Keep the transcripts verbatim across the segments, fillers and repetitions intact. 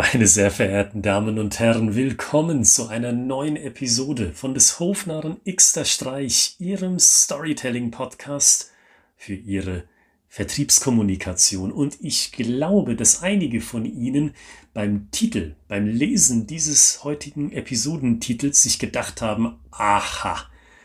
Meine sehr verehrten Damen und Herren, willkommen zu einer neuen Episode von des Hofnarren Xter Streich, Ihrem Storytelling-Podcast für Ihre Vertriebskommunikation. Und ich glaube, dass einige von Ihnen beim Titel, beim Lesen dieses heutigen Episodentitels sich gedacht haben, aha,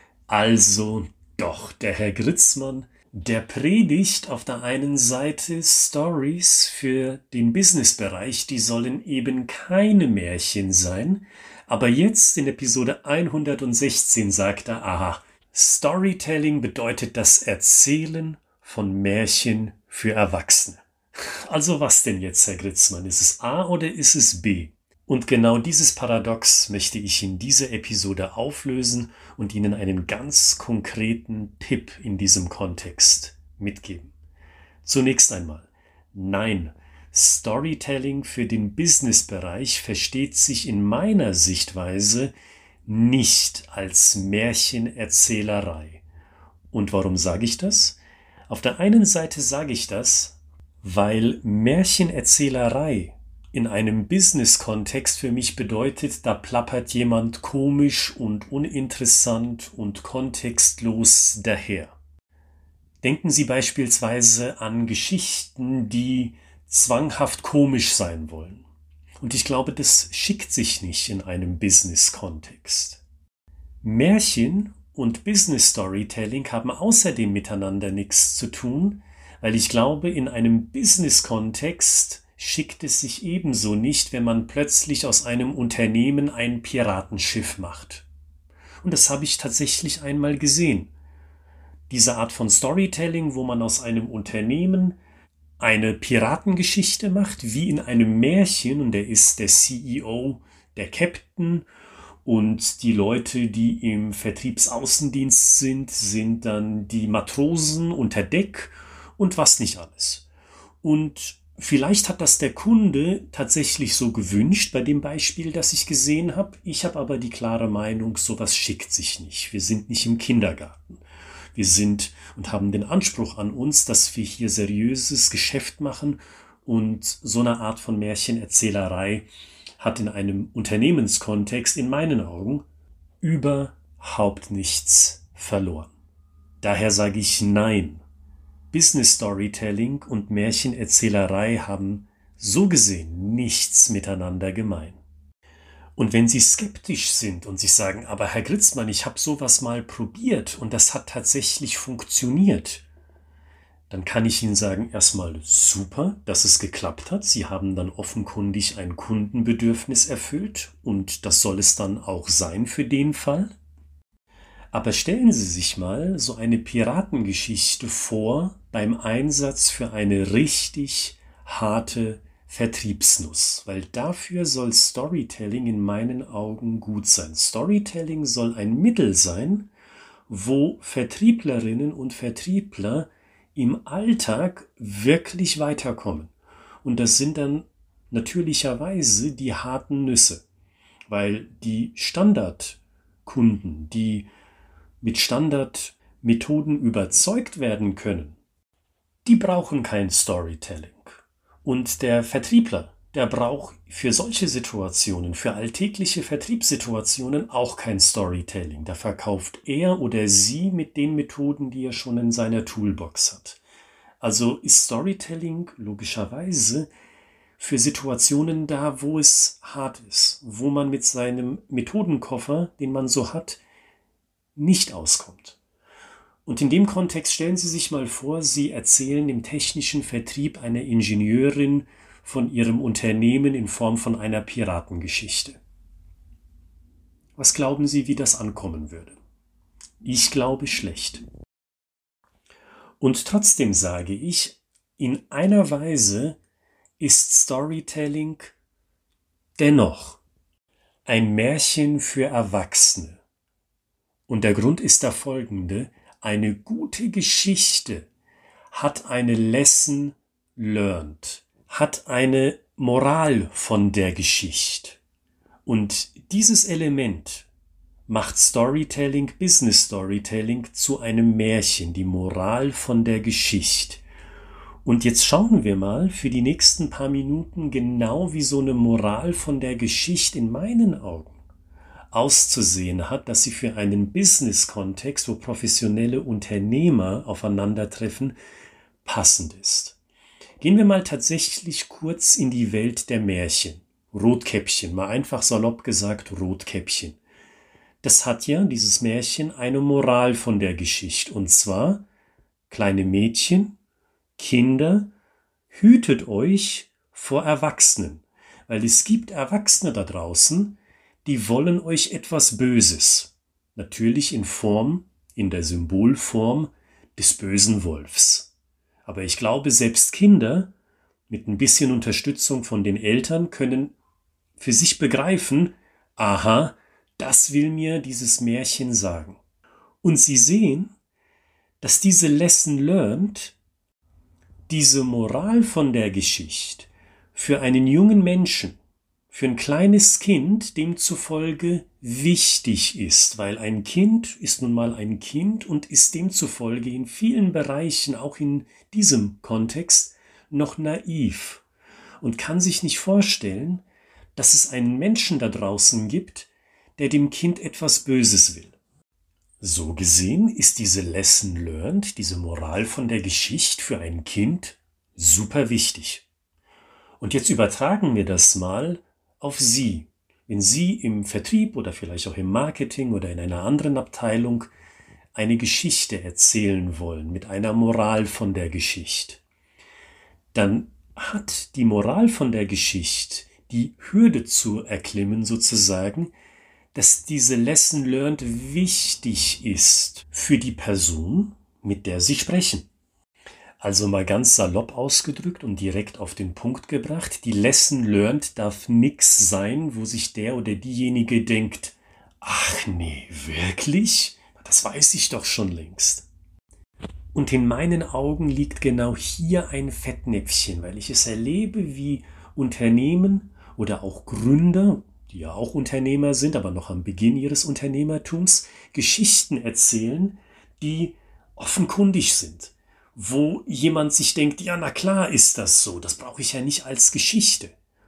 also doch, der Herr Gritzmann, der predigt auf der einen Seite Stories für den Businessbereich, die sollen eben keine Märchen sein, aber jetzt in Episode hundertsechzehn sagt er, aha, Storytelling bedeutet das Erzählen von Märchen für Erwachsene. Also was denn jetzt, Herr Gritzmann? Ist es A oder ist es B? Und genau dieses Paradox möchte ich in dieser Episode auflösen und Ihnen einen ganz konkreten Tipp in diesem Kontext mitgeben. Zunächst einmal, nein, Storytelling für den Businessbereich versteht sich in meiner Sichtweise nicht als Märchenerzählerei. Und warum sage ich das? Auf der einen Seite sage ich das, weil Märchenerzählerei in einem Business-Kontext für mich bedeutet, da plappert jemand komisch und uninteressant und kontextlos daher. Denken Sie beispielsweise an Geschichten, die zwanghaft komisch sein wollen. Und ich glaube, das schickt sich nicht in einem Business-Kontext. Märchen und Business-Storytelling haben außerdem miteinander nichts zu tun, weil ich glaube, in einem Business-Kontext schickt es sich ebenso nicht, wenn man plötzlich aus einem Unternehmen ein Piratenschiff macht. Und das habe ich tatsächlich einmal gesehen. Diese Art von Storytelling, wo man aus einem Unternehmen eine Piratengeschichte macht, wie in einem Märchen, und der ist der C E O, der Captain, und die Leute, die im Vertriebsaußendienst sind, sind dann die Matrosen unter Deck und was nicht alles. Und vielleicht hat das der Kunde tatsächlich so gewünscht bei dem Beispiel, das ich gesehen habe. Ich habe aber die klare Meinung, sowas schickt sich nicht. Wir sind nicht im Kindergarten. Wir sind und haben den Anspruch an uns, dass wir hier seriöses Geschäft machen, und so eine Art von Märchenerzählerei hat in einem Unternehmenskontext in meinen Augen überhaupt nichts verloren. Daher sage ich nein. Business Storytelling und Märchenerzählerei haben so gesehen nichts miteinander gemein. Und wenn Sie skeptisch sind und sich sagen, aber Herr Gritzmann, ich habe sowas mal probiert und das hat tatsächlich funktioniert, dann kann ich Ihnen sagen, erstmal super, dass es geklappt hat. Sie haben dann offenkundig ein Kundenbedürfnis erfüllt und das soll es dann auch sein für den Fall. Aber stellen Sie sich mal so eine Piratengeschichte vor beim Einsatz für eine richtig harte Vertriebsnuss, weil dafür soll Storytelling in meinen Augen gut sein. Storytelling soll ein Mittel sein, wo Vertrieblerinnen und Vertriebler im Alltag wirklich weiterkommen. Und das sind dann natürlicherweise die harten Nüsse, weil die Standardkunden, die mit Standardmethoden überzeugt werden können, die brauchen kein Storytelling. Und der Vertriebler, der braucht für solche Situationen, für alltägliche Vertriebssituationen auch kein Storytelling. Da verkauft er oder sie mit den Methoden, die er schon in seiner Toolbox hat. Also ist Storytelling logischerweise für Situationen da, wo es hart ist, wo man mit seinem Methodenkoffer, den man so hat, nicht auskommt. Und in dem Kontext stellen Sie sich mal vor, Sie erzählen im technischen Vertrieb einer Ingenieurin von Ihrem Unternehmen in Form von einer Piratengeschichte. Was glauben Sie, wie das ankommen würde? Ich glaube schlecht. Und trotzdem sage ich, in einer Weise ist Storytelling dennoch ein Märchen für Erwachsene. Und der Grund ist der folgende: Eine gute Geschichte hat eine Lesson learned, hat eine Moral von der Geschichte. Und dieses Element macht Storytelling, Business Storytelling zu einem Märchen, die Moral von der Geschichte. Und jetzt schauen wir mal für die nächsten paar Minuten genau, wie so eine Moral von der Geschichte in meinen Augen auszusehen hat, dass sie für einen Business-Kontext, wo professionelle Unternehmer aufeinandertreffen, passend ist. Gehen wir mal tatsächlich kurz in die Welt der Märchen. Rotkäppchen, mal einfach salopp gesagt Rotkäppchen. Das hat ja, dieses Märchen, eine Moral von der Geschichte. Und zwar, kleine Mädchen, Kinder, hütet euch vor Erwachsenen. Weil es gibt Erwachsene da draußen, die wollen euch etwas Böses. Natürlich in Form, in der Symbolform des bösen Wolfs. Aber ich glaube, selbst Kinder mit ein bisschen Unterstützung von den Eltern können für sich begreifen, aha, das will mir dieses Märchen sagen. Und sie sehen, dass diese Lesson learned, diese Moral von der Geschichte für einen jungen Menschen, für ein kleines Kind demzufolge wichtig ist, weil ein Kind ist nun mal ein Kind und ist demzufolge in vielen Bereichen, auch in diesem Kontext, noch naiv und kann sich nicht vorstellen, dass es einen Menschen da draußen gibt, der dem Kind etwas Böses will. So gesehen ist diese Lesson learned, diese Moral von der Geschichte für ein Kind super wichtig. Und jetzt übertragen wir das mal auf Sie. Wenn Sie im Vertrieb oder vielleicht auch im Marketing oder in einer anderen Abteilung eine Geschichte erzählen wollen mit einer Moral von der Geschichte, dann hat die Moral von der Geschichte die Hürde zu erklimmen sozusagen, dass diese Lesson learned wichtig ist für die Person, mit der Sie sprechen. Also mal ganz salopp ausgedrückt und direkt auf den Punkt gebracht, die Lesson learned darf nix sein, wo sich der oder diejenige denkt, ach nee, wirklich? Das weiß ich doch schon längst. Und in meinen Augen liegt genau hier ein Fettnäpfchen, weil ich es erlebe, wie Unternehmen oder auch Gründer, die ja auch Unternehmer sind, aber noch am Beginn ihres Unternehmertums, Geschichten erzählen, die offenkundig sind. Wo jemand sich denkt, ja, na klar ist das so, das brauche ich ja nicht als Geschichte.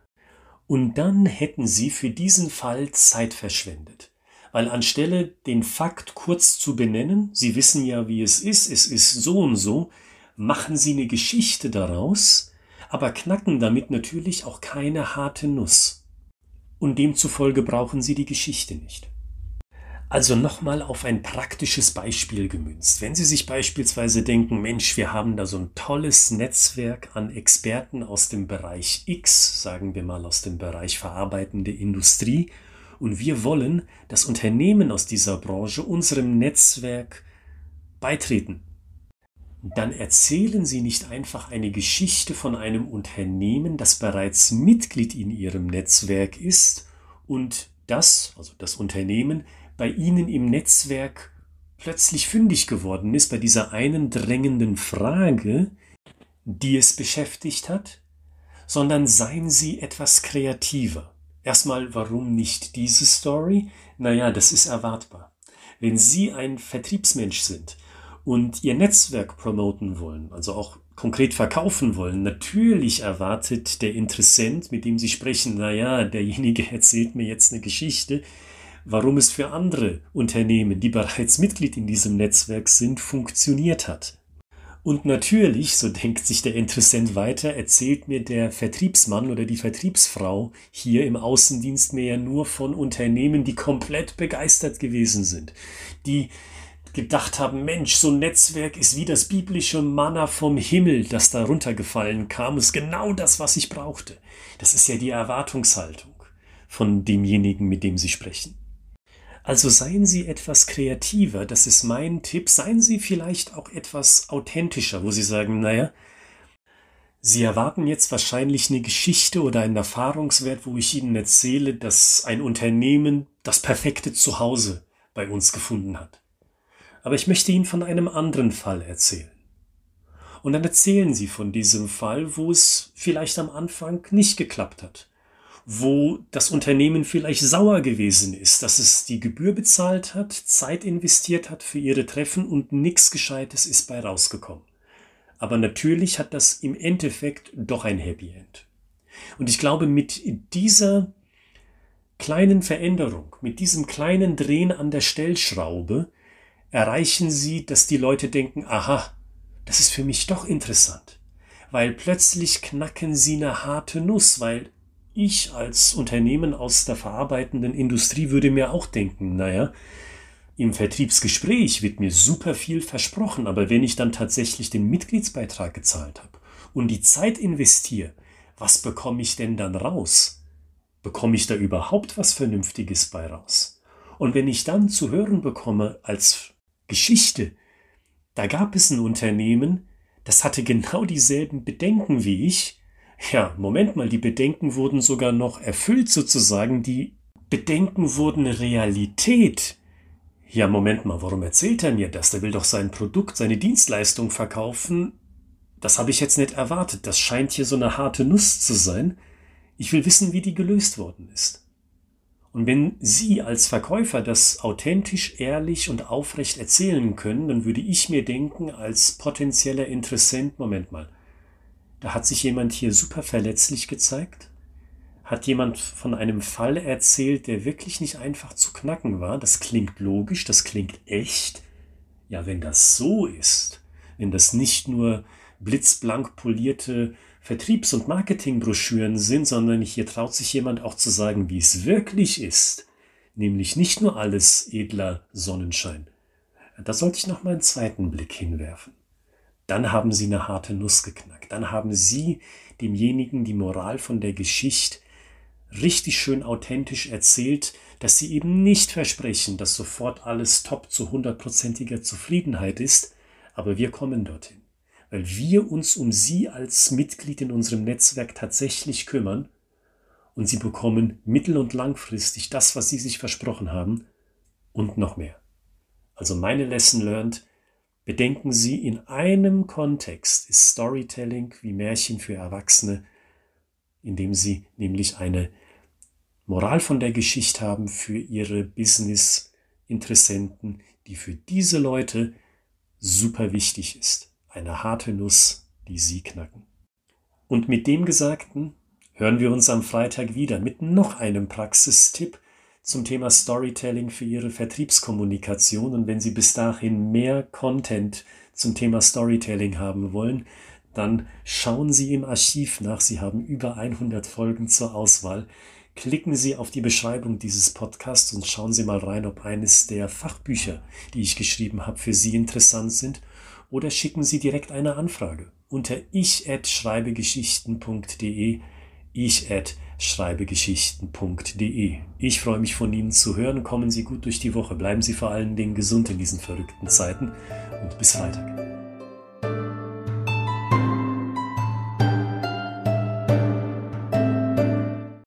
Und dann hätten sie für diesen Fall Zeit verschwendet. Weil anstelle den Fakt kurz zu benennen, sie wissen ja, wie es ist, es ist so und so, machen sie eine Geschichte daraus, aber knacken damit natürlich auch keine harte Nuss. Und demzufolge brauchen sie die Geschichte nicht. Also nochmal auf ein praktisches Beispiel gemünzt. Wenn Sie sich beispielsweise denken, Mensch, wir haben da so ein tolles Netzwerk an Experten aus dem Bereich X, sagen wir mal aus dem Bereich verarbeitende Industrie, und wir wollen, dass Unternehmen aus dieser Branche unserem Netzwerk beitreten. Dann erzählen Sie nicht einfach eine Geschichte von einem Unternehmen, das bereits Mitglied in Ihrem Netzwerk ist und das, also das Unternehmen, bei Ihnen im Netzwerk plötzlich fündig geworden ist, bei dieser einen drängenden Frage, die es beschäftigt hat, sondern seien Sie etwas kreativer. Erstmal, warum nicht diese Story? Naja, das ist erwartbar. Wenn Sie ein Vertriebsmensch sind und Ihr Netzwerk promoten wollen, also auch konkret verkaufen wollen, natürlich erwartet der Interessent, mit dem Sie sprechen, naja, derjenige erzählt mir jetzt eine Geschichte, warum es für andere Unternehmen, die bereits Mitglied in diesem Netzwerk sind, funktioniert hat. Und natürlich, so denkt sich der Interessent weiter, erzählt mir der Vertriebsmann oder die Vertriebsfrau hier im Außendienst mir ja nur von Unternehmen, die komplett begeistert gewesen sind, die gedacht haben, Mensch, so ein Netzwerk ist wie das biblische Manna vom Himmel, das da runtergefallen kam, ist genau das, was ich brauchte. Das ist ja die Erwartungshaltung von demjenigen, mit dem Sie sprechen. Also seien Sie etwas kreativer, das ist mein Tipp. Seien Sie vielleicht auch etwas authentischer, wo Sie sagen, naja, Sie erwarten jetzt wahrscheinlich eine Geschichte oder einen Erfahrungswert, wo ich Ihnen erzähle, dass ein Unternehmen das perfekte Zuhause bei uns gefunden hat. Aber ich möchte Ihnen von einem anderen Fall erzählen. Und dann erzählen Sie von diesem Fall, wo es vielleicht am Anfang nicht geklappt hat. Wo das Unternehmen vielleicht sauer gewesen ist, dass es die Gebühr bezahlt hat, Zeit investiert hat für ihre Treffen und nichts Gescheites ist bei rausgekommen. Aber natürlich hat das im Endeffekt doch ein Happy End. Und ich glaube, mit dieser kleinen Veränderung, mit diesem kleinen Drehen an der Stellschraube, erreichen Sie, dass die Leute denken, aha, das ist für mich doch interessant. Weil plötzlich knacken Sie eine harte Nuss, weil ich als Unternehmen aus der verarbeitenden Industrie würde mir auch denken, naja, im Vertriebsgespräch wird mir super viel versprochen, aber wenn ich dann tatsächlich den Mitgliedsbeitrag gezahlt habe und die Zeit investiere, was bekomme ich denn dann raus? Bekomme ich da überhaupt was Vernünftiges bei raus? Und wenn ich dann zu hören bekomme als Geschichte, da gab es ein Unternehmen, das hatte genau dieselben Bedenken wie ich. Ja, Moment mal, die Bedenken wurden sogar noch erfüllt sozusagen. Die Bedenken wurden Realität. Ja, Moment mal, warum erzählt er mir das? Der will doch sein Produkt, seine Dienstleistung verkaufen. Das habe ich jetzt nicht erwartet. Das scheint hier so eine harte Nuss zu sein. Ich will wissen, wie die gelöst worden ist. Und wenn Sie als Verkäufer das authentisch, ehrlich und aufrecht erzählen können, dann würde ich mir denken, als potenzieller Interessent, Moment mal, da hat sich jemand hier super verletzlich gezeigt, hat jemand von einem Fall erzählt, der wirklich nicht einfach zu knacken war. Das klingt logisch, das klingt echt. Ja, wenn das so ist, wenn das nicht nur blitzblank polierte Vertriebs- und Marketingbroschüren sind, sondern hier traut sich jemand auch zu sagen, wie es wirklich ist, nämlich nicht nur alles edler Sonnenschein. Da sollte ich noch mal einen zweiten Blick hinwerfen. Dann haben Sie eine harte Nuss geknackt. Dann haben Sie demjenigen die Moral von der Geschichte richtig schön authentisch erzählt, dass Sie eben nicht versprechen, dass sofort alles top zu hundertprozentiger Zufriedenheit ist, aber wir kommen dorthin. Weil wir uns um Sie als Mitglied in unserem Netzwerk tatsächlich kümmern und Sie bekommen mittel- und langfristig das, was Sie sich versprochen haben und noch mehr. Also meine Lesson learned, bedenken Sie, in einem Kontext ist Storytelling wie Märchen für Erwachsene, indem Sie nämlich eine Moral von der Geschichte haben für Ihre Business-Interessenten, die für diese Leute super wichtig ist. Eine harte Nuss, die Sie knacken. Und mit dem Gesagten hören wir uns am Freitag wieder mit noch einem Praxistipp zum Thema Storytelling für Ihre Vertriebskommunikation. Und wenn Sie bis dahin mehr Content zum Thema Storytelling haben wollen, dann schauen Sie im Archiv nach. Sie haben über hundert Folgen zur Auswahl. Klicken Sie auf die Beschreibung dieses Podcasts und schauen Sie mal rein, ob eines der Fachbücher, die ich geschrieben habe, für Sie interessant sind. Oder schicken Sie direkt eine Anfrage unter ich at schreibegeschichten punkt de, ich at schreibegeschichten punkt de. Ich freue mich, von Ihnen zu hören. Kommen Sie gut durch die Woche. Bleiben Sie vor allen Dingen gesund in diesen verrückten Zeiten und bis Freitag.